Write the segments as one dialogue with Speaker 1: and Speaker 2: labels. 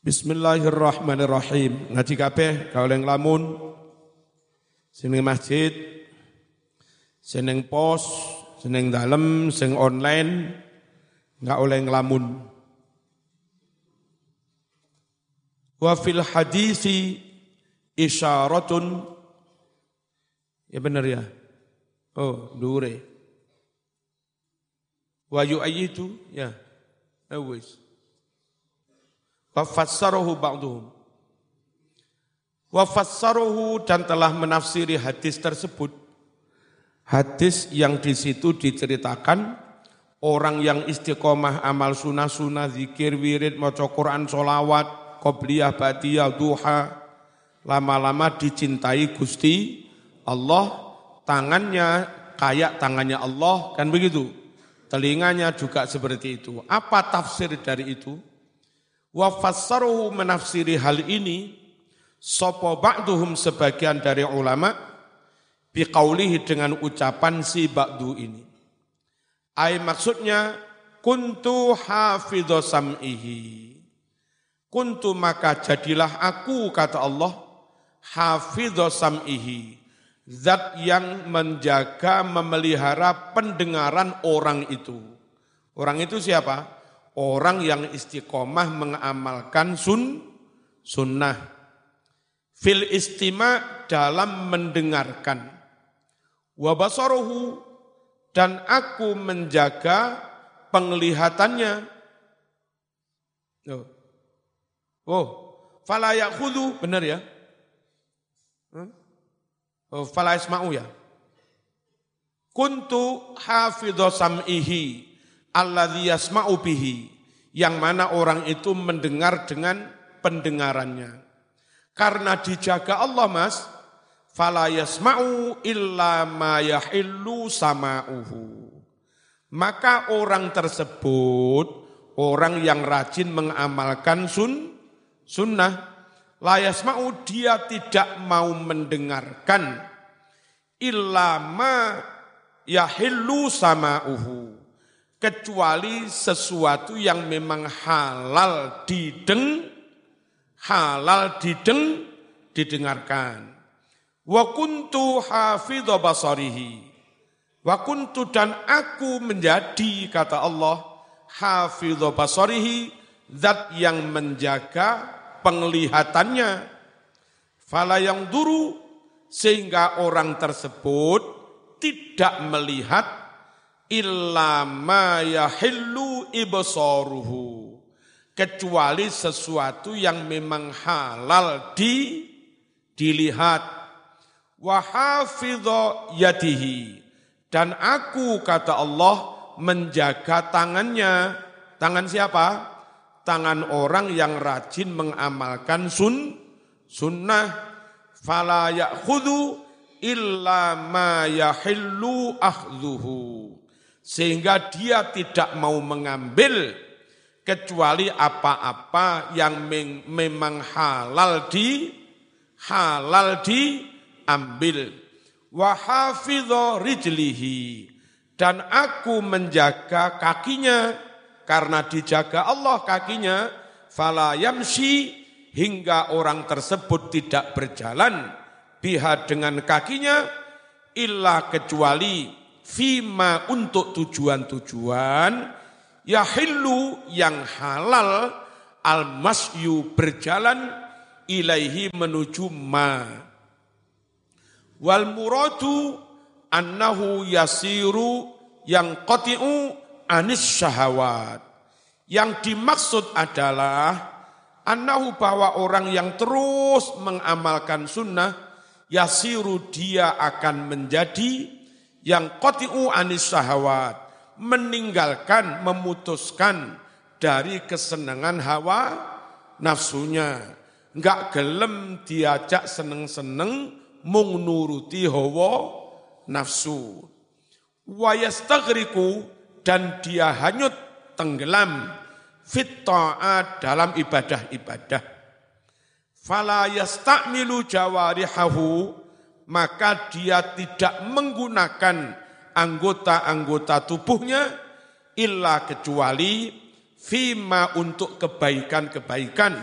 Speaker 1: Bismillahirrahmanirrahim. Ngaji kabeh kauleng lamun sing masjid, sing pos, sing dalem, sing online enggak oleh nglamun. Wa fil hadisi isyaratun, ya benar ya. Oh, dure. Wa yu'ayyidu, ya. Wis. Wa fassarahu ba'duhum. Wa fassarahu, dan telah menafsiri hadis tersebut. Hadis yang di situ diceritakan orang yang istiqomah amal sunnah-sunnah, zikir, wirid, maca Quran, sholawat, qobliyah, ba'diyah, duha, lama-lama dicintai Gusti Allah, tangannya kayak tangannya Allah, kan begitu. Telinganya juga seperti itu. Apa tafsir dari itu? Wa fassaruhu, menafsiri hal ini, sapa ba'duhum, sebagian dari ulama, biqaulihi, dengan ucapan si ba'du ini. Ai maksudnya, kuntu hafidho sam'ihi. Kuntu, maka jadilah aku, kata Allah, hafidho sam'ihi, zat yang menjaga, memelihara pendengaran orang itu. Orang itu siapa? Orang yang istiqomah mengamalkan sunnah. Fil istima', dalam mendengarkan. Wa basaruhu, dan aku menjaga penglihatannya. Oh, fala ya'khudhu, benar ya? Oh, fala yasma'u ya. Kuntu hafidho sam'ihi alladzi yasma'u bihi, yang mana orang itu mendengar dengan pendengarannya. Karena dijaga Allah, Mas, fala yasma'u illa ma yahillu sama'uhu. Maka orang tersebut, orang yang rajin mengamalkan sunnah, la yasma'u, dia tidak mau mendengarkan illa ma yahillu sama'uhu, kecuali sesuatu yang memang halal didengarkan. Wa kuntu hafidho basarihi. Wa kuntu, dan aku menjadi, kata Allah, hafidho basarihi, zat yang menjaga penglihatannya. Fala yang duru, sehingga orang tersebut tidak melihat illa ma yahillu ibsaruhu, kecuali sesuatu yang memang halal dilihat. Wa hafidho yadihi, dan aku, kata Allah, menjaga tangannya. Tangan siapa? Tangan orang yang rajin mengamalkan sunnah. Fala ya'khudhu illa ma yahillu akhdhuhu, sehingga dia tidak mau mengambil kecuali apa-apa yang memang halal diambil. Wa hafidho rijlihi, dan aku menjaga kakinya, karena dijaga Allah kakinya. Fala yamshi, hingga orang tersebut tidak berjalan biha, dengan kakinya, illa, kecuali fima, untuk tujuan-tujuan, yahillu, yang halal, al-masyu, berjalan, ilaihi, menuju ma. Wal muradu annahu yasiru yang qati'u anis syahawat. Yang dimaksud adalah annahu, bahwa orang yang terus mengamalkan sunnah, yasiru, dia akan menjadi yang qati'u anis syahawat, meninggalkan, memutuskan dari kesenangan hawa nafsunya. Enggak gelem diajak seneng-seneng, mung nuruti hawa nafsu. Wa yastaghriqu, dan dia hanyut, tenggelam, fit ta'at, dalam ibadah-ibadah. Fala yasta'milu jawarihahu, maka dia tidak menggunakan anggota-anggota tubuhnya, illa, kecuali fima, untuk kebaikan-kebaikan,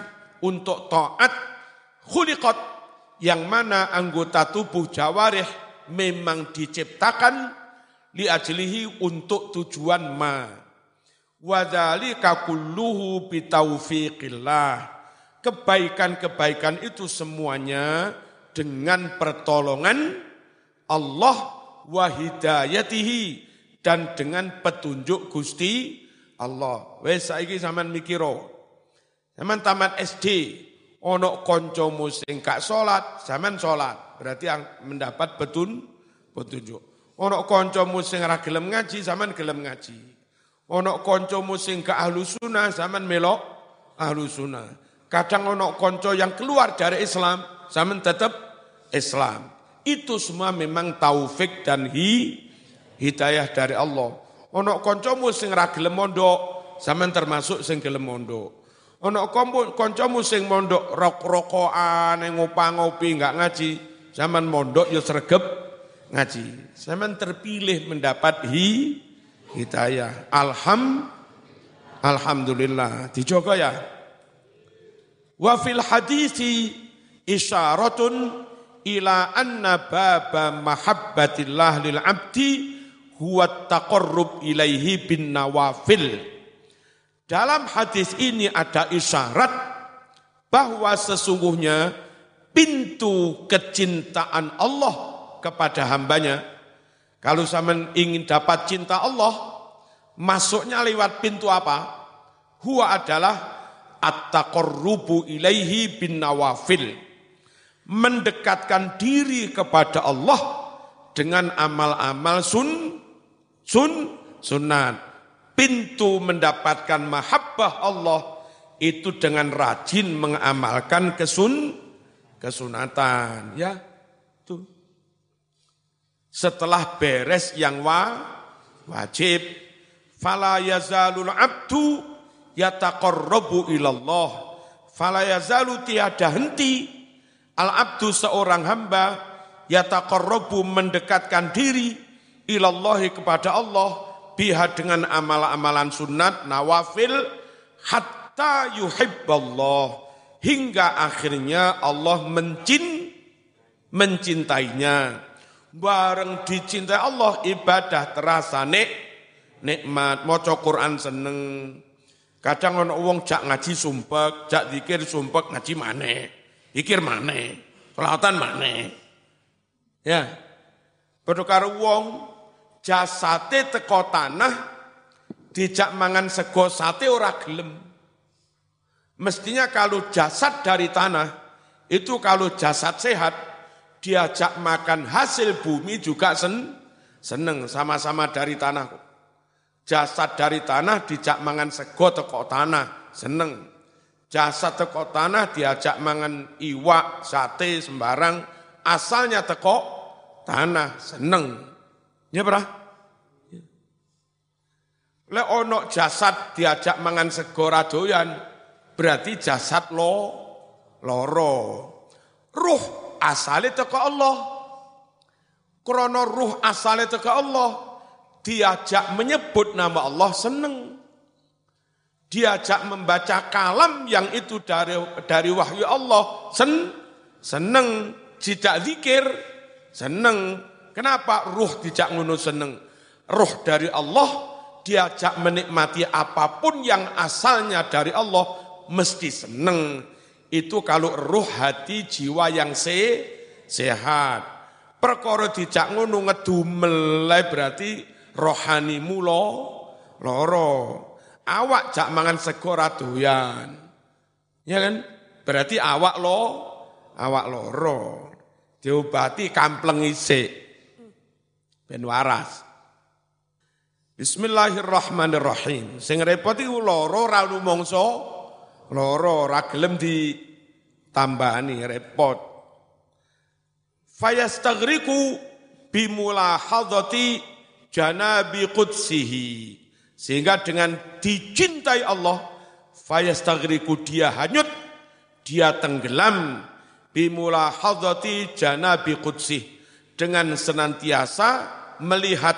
Speaker 1: untuk taat, khuliqat, yang mana anggota tubuh jawarih memang diciptakan li ajlihi untuk tujuan ma. Wa dzalika kulluhu bitaufiqillah. Kebaikan-kebaikan itu semuanya dengan pertolongan Allah wa hidayatihi, dan dengan petunjuk Gusti Allah. Wes saiki sampean mikiro. Sampean tamat SD, ono kancamu sing gak salat, sampean salat, berarti mendapat petunjuk. Ono kancamu sing ora gelem ngaji, sampean gelem ngaji. Ono kancamu sing gak ahlus sunnah, sampean melok ahlus sunnah. Kadang ono kanca yang keluar dari Islam, sampean tetap Islam. Itu semua memang taufik dan hidayah dari Allah. Ono kancamu sing ra gelem mondok, sampean termasuk sing gelem mondok. Ono kancamu sing mondok rok-rokokan, ngopi enggak ngaji, sampean mondok ya sregep ngaji. Sampean terpilih mendapat hidayah. Alhamdulillah. Dijogo ya. Wa fil hadisi isyaratun ila anna baba mahabbatillah lil abdi huwa taqarrub ilaihi bin nawafil. Dalam hadis ini ada isyarat bahwa sesungguhnya pintu kecintaan Allah kepada hambanya, kalau sampean ingin dapat cinta Allah, masuknya lewat pintu apa? Huwa adalah at-taqarrubu ilaihi bin nawafil. Mendekatkan diri kepada Allah dengan amal-amal sunat. Pintu mendapatkan mahabbah Allah itu dengan rajin mengamalkan kesunatan. Ya, tuh. Setelah beres yang wajib, fala yazalul abdu yataqarrabu ilallah. Fala yazalu tiada henti al-abdu seorang hamba yataqarrabu mendekatkan diri ilallahi kepada Allah biha dengan amal-amalan sunat nawafil hatta yuhibballah, hingga akhirnya Allah mencintainya. Bareng dicintai Allah ibadah terasa nikmat, maca Quran seneng. Kadang ana wong jak ngaji sumpek, jak zikir sumpek, ngaji maneh. Zikir maneh, selawatan maneh. Ya. Padha karo wong jasate teko tanah dijak mangan sego sate ora gelem. Mestinya kalau jasad dari tanah itu kalau jasad sehat diajak makan hasil bumi juga seneng, sama-sama dari tanah. Jasad dari tanah dijak mangan sego teko tanah seneng. Jasad teko tanah diajak mangan iwak, sate sembarang asalnya teko tanah seneng. Ya berah? Le ono jasad diajak mangan sego radoyan berarti jasad loro. Ruh asale teko Allah. Krana ruh asale teko Allah, diajak menyebut nama Allah seneng. Diajak membaca kalam yang itu dari wahyu Allah seneng. Tidak zikir seneng. Kenapa ruh dijak ngono seneng? Ruh dari Allah diajak menikmati apapun yang asalnya dari Allah mesti seneng. Itu kalau ruh, hati, jiwa yang sehat. Perkara dijak ngono ngedumel berarti rohanimu loro. Awak jak mangan sego radoyan. Ya kan? Berarti awak loro. Diobati kampleng isik. Ben waras. Bismillahirrahmanirrahim. Sing repot iku loro ra rumangsa loro, ra gelem ditambani repot. Fayastaghriqu bimulahadhati janabi qudsihi. Sehingga dengan dicintai Allah, fayastaghriqu dia hanyut, dia tenggelam bimulahadhati janabi qudsihi, dengan senantiasa melihat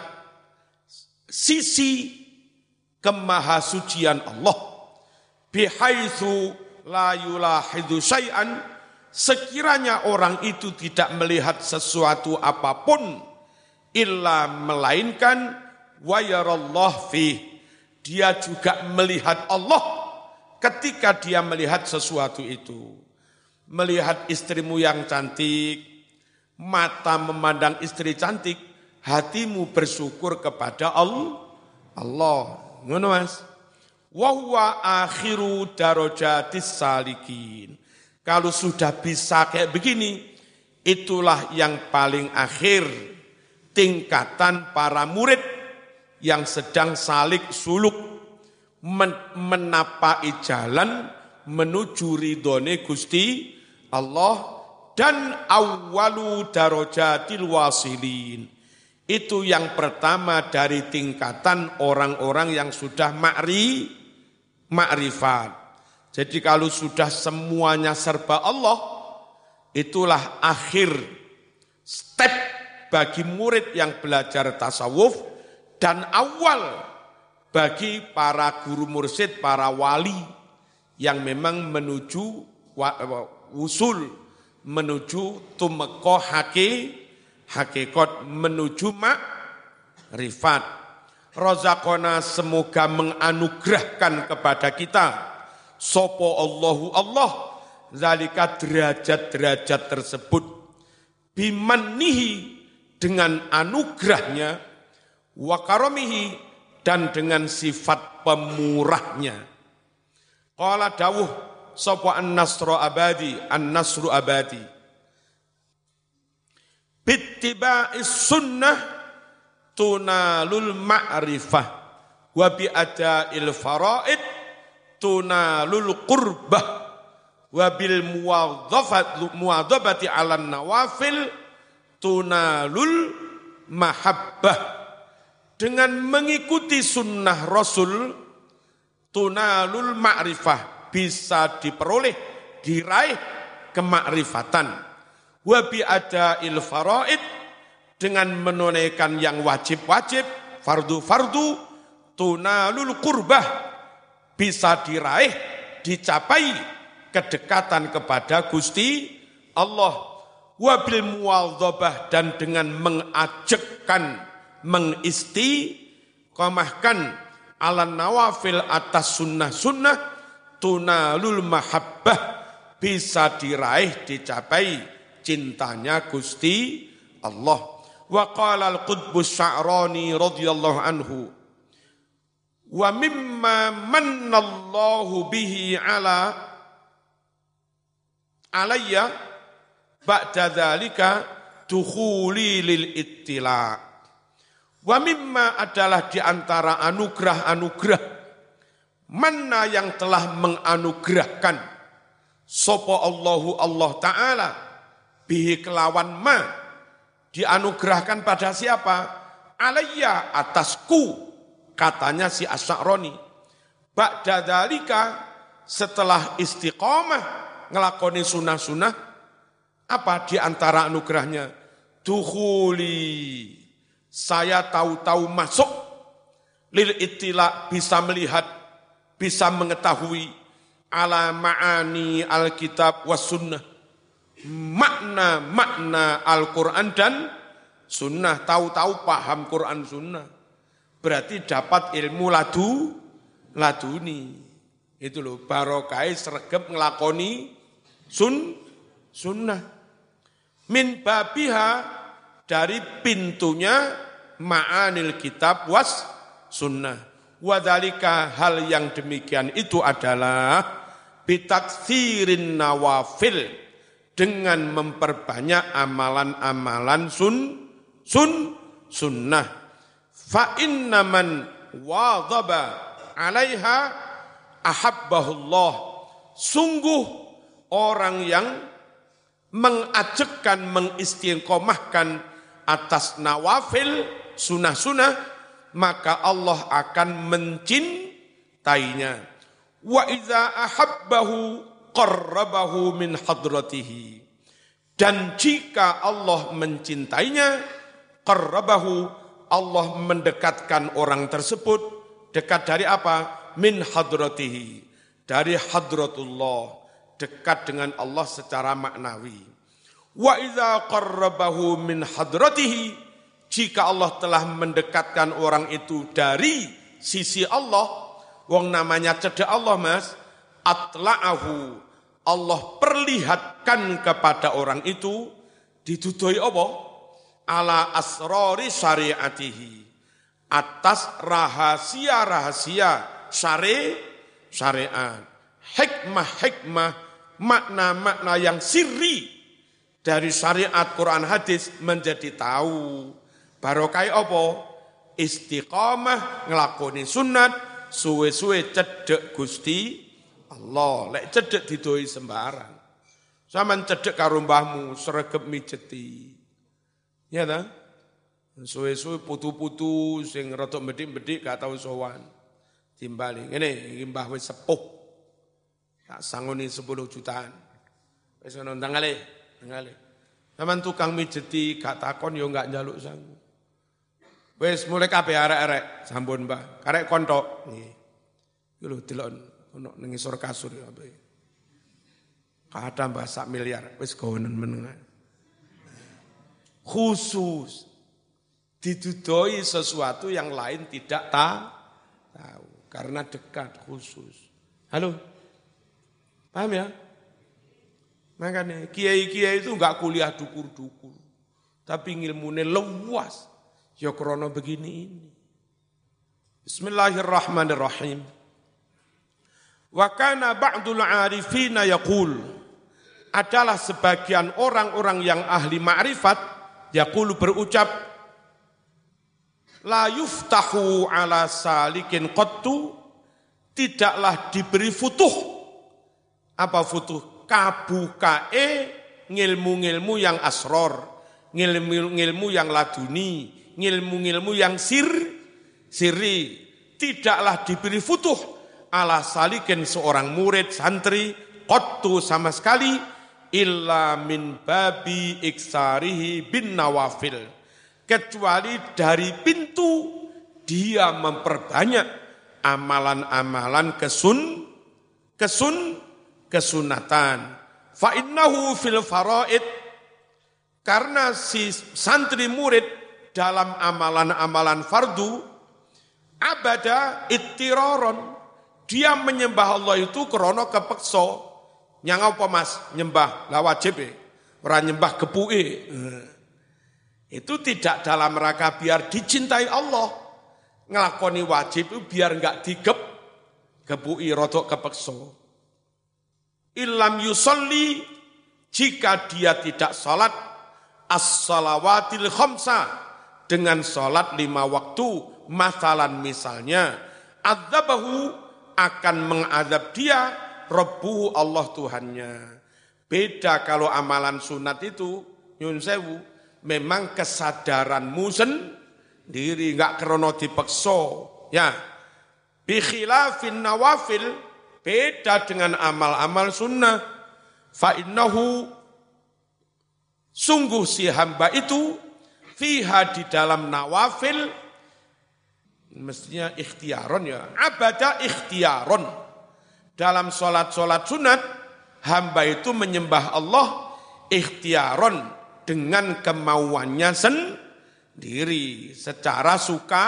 Speaker 1: sisi kemahasucian Allah. Bihaitsu la yulahidhu syai'an, sekiranya orang itu tidak melihat sesuatu apapun, illa melainkan wa yarallah fih, dia juga melihat Allah ketika dia melihat sesuatu itu. Melihat istrimu yang cantik, mata memandang istri cantik, hatimu bersyukur kepada Allah. Ngono Mas. Wa huwa akhiru darajatis salikin. Kalau sudah bisa kayak begini, itulah yang paling akhir tingkatan para murid yang sedang salik suluk menapai jalan menuju ridhone Gusti Allah, dan awwalu darajatil wasilin. Itu yang pertama dari tingkatan orang-orang yang sudah ma'rifat. Jadi kalau sudah semuanya serba Allah, itulah akhir step bagi murid yang belajar tasawuf dan awal bagi para guru mursyid, para wali yang memang menuju usul, menuju tumeka hakikat, menuju ma'rifat. Razaqona, semoga menganugerahkan kepada kita sopo Allahu Allah zalika derajat-derajat tersebut bimannihi, dengan anugerahnya, wa karamihi, dan dengan sifat pemurahnya. Qala dawuh sapa an-nasru abadi bittiba'is sunnah tunalul ma'rifah wa bi'ada'il faraid tunalul qurbah wa bil muwadhabati 'alan nawafil tunalul mahabbah. Dengan mengikuti sunnah Rasul tunalul ma'rifah, bisa diperoleh, diraih kemakrifatan. Wa bi'ada'il faraid, dengan menunaikan yang wajib-wajib, fardu-fardu, tunalul qurbah, bisa diraih, dicapai kedekatan kepada Gusti Allah. Wa bil muwadhabah, dan dengan mengajakkan, mengistiqomahkan ala nawafil, atas sunnah-sunnah, tunalul mahabbah, bisa diraih, dicapai cintanya Gusti Allah. Wa qala al-Qutbus Sya'rani radhiyallahu anhu, wa mimma mannallahu bihi alayya ba'da dzalika dukhuli lil ittila'. Wa mimma, adalah diantara anugerah-anugerah, mana yang telah menganugerahkan sopo Allahu Allah Ta'ala bihi kelawan ma, dianugerahkan pada siapa? Alayya, atasku, katanya si Asy'arani. Ba'da dzalika, setelah istiqamah ngelakoni sunah-sunah, apa diantara anugerahnya? Dukhuli, saya tahu-tahu masuk, lil ittila, bisa melihat, bisa mengetahui, ala ma'ani alkitab was sunnah, makna-makna Al-Quran dan sunnah. Tahu-tahu paham Quran sunnah, berarti dapat ilmu laduni. Itu loh, barokai sregep ngelakoni sunnah. Min babiha, dari pintunya ma'anil kitab was sunnah. Wadhalika, hal yang demikian itu adalah bitaktsirin nawafil, dengan memperbanyak amalan-amalan sunnah. Fa innaman wadhaba 'alaiha ahabbahullah, sungguh orang yang mengajakkan, mengistiqomahkan atas nawafil, sunah-sunah, maka Allah akan mencintainya. Wa idza ahabbahu qarrabahu min hadratihi, dan jika Allah mencintainya, qarrabahu, Allah mendekatkan orang tersebut, dekat dari apa? Min hadratihi, dari hadratullah, dekat dengan Allah secara maknawi. Wa idza qarrabahu min hadratihi, jika Allah telah mendekatkan orang itu dari sisi Allah, wong namanya cedek Allah Mas, atla'ahu, Allah perlihatkan kepada orang itu didudoi apa? Ala asrori syariatihi, atas rahasia-rahasia syariat, hikmah-hikmah, makna-makna yang sirri dari syariat Quran hadis menjadi tahu. Barokah apa? Istiqamah nglakoni sunat, suwe-suwe cedek Gusti Allah. Lek cedek didoi sembarang. Saman cedek karo mbahmu sregep mijeti. Ya ta? Suwe-suwe putu-putu sing rada bedik-bedik gak tau sowan. Timbali. Ngene iki mbah wis sepuh. Tak sangoni 10 jutaan. Wis ngono tangale. Saman tukang mijeti gak takon yo gak njaluk sangu. Wis mulai kabeh arek-arek sampun mbah. Karek kontok. Nggih. Iki lho delok ono ning ngisor kasur ya apa. Kadang mbah sak miliar wis gonen meneng. Khusus didudoi sesuatu yang lain tidak tahu karena dekat khusus. Halo, paham ya? Makanya kiai-kiai itu enggak kuliah dukur-dukur, tapi ilmunya luas. Ya krono begini ini. Bismillahirrahmanirrahim. Wa kana ba'dul 'arifina yaqul, adalah sebagian orang-orang yang ahli ma'rifat yaqulu berucap, la yuftahu ala salikin qattu, tidaklah diberi futuh. Apa futuh? Kabukae ngilmu-ngilmu yang asror, ngilmu-ngilmu yang laduni, ngilmu-ngilmu yang sirri. Tidaklah diberi futuh ala salikin seorang murid santri qattu sama sekali illa min babi iksarihi bin nawafil, kecuali dari pintu dia memperbanyak amalan-amalan kesunatan. Fa innahu fil faraid, karena si santri murid dalam amalan-amalan fardu abada ittiraron, dia menyembah Allah itu krana kepeksa. Yang apa Mas? Nyembah la wajib ora nyembah gepuke. Itu tidak dalam rangka biar dicintai Allah. Ngelakoni wajib itu biar enggak gepuki rodok kepeksa. Illam yusolli, jika dia tidak salat as-salawatil khamsa, dengan salat 5 waktu, masalan misalnya, adzabahu, akan mengadab dia Rabbuhu, Allah Tuhannya. Beda kalau amalan sunat itu, nyun sewu, memang kesadaranmu sendiri, enggak krono dipeksa. Ya, bi khilafin nawafil, beda dengan amal-amal sunnah. Fa innahu, sungguh si hamba itu, fiha di dalam nawafil, mestinya ikhtiaron ya, abada ikhtiaron. Dalam sholat-sholat sunat, hamba itu menyembah Allah ikhtiaron, dengan kemauannya sendiri, secara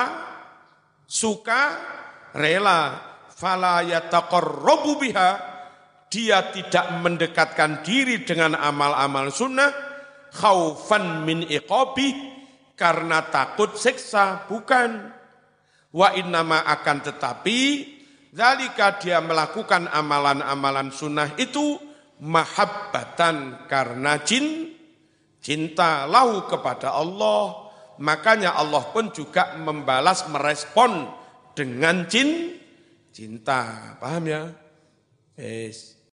Speaker 1: suka rela. Fala yataqarrabu biha, dia tidak mendekatkan diri dengan amal-amal sunnah, khaufan min iqabi, karena takut siksa, bukan. Wa innama, akan tetapi, zalika, dia melakukan amalan-amalan sunnah itu mahabbatan, karena cinta lahu kepada Allah. Makanya Allah pun juga membalas, merespon dengan cinta. Paham ya? Yes.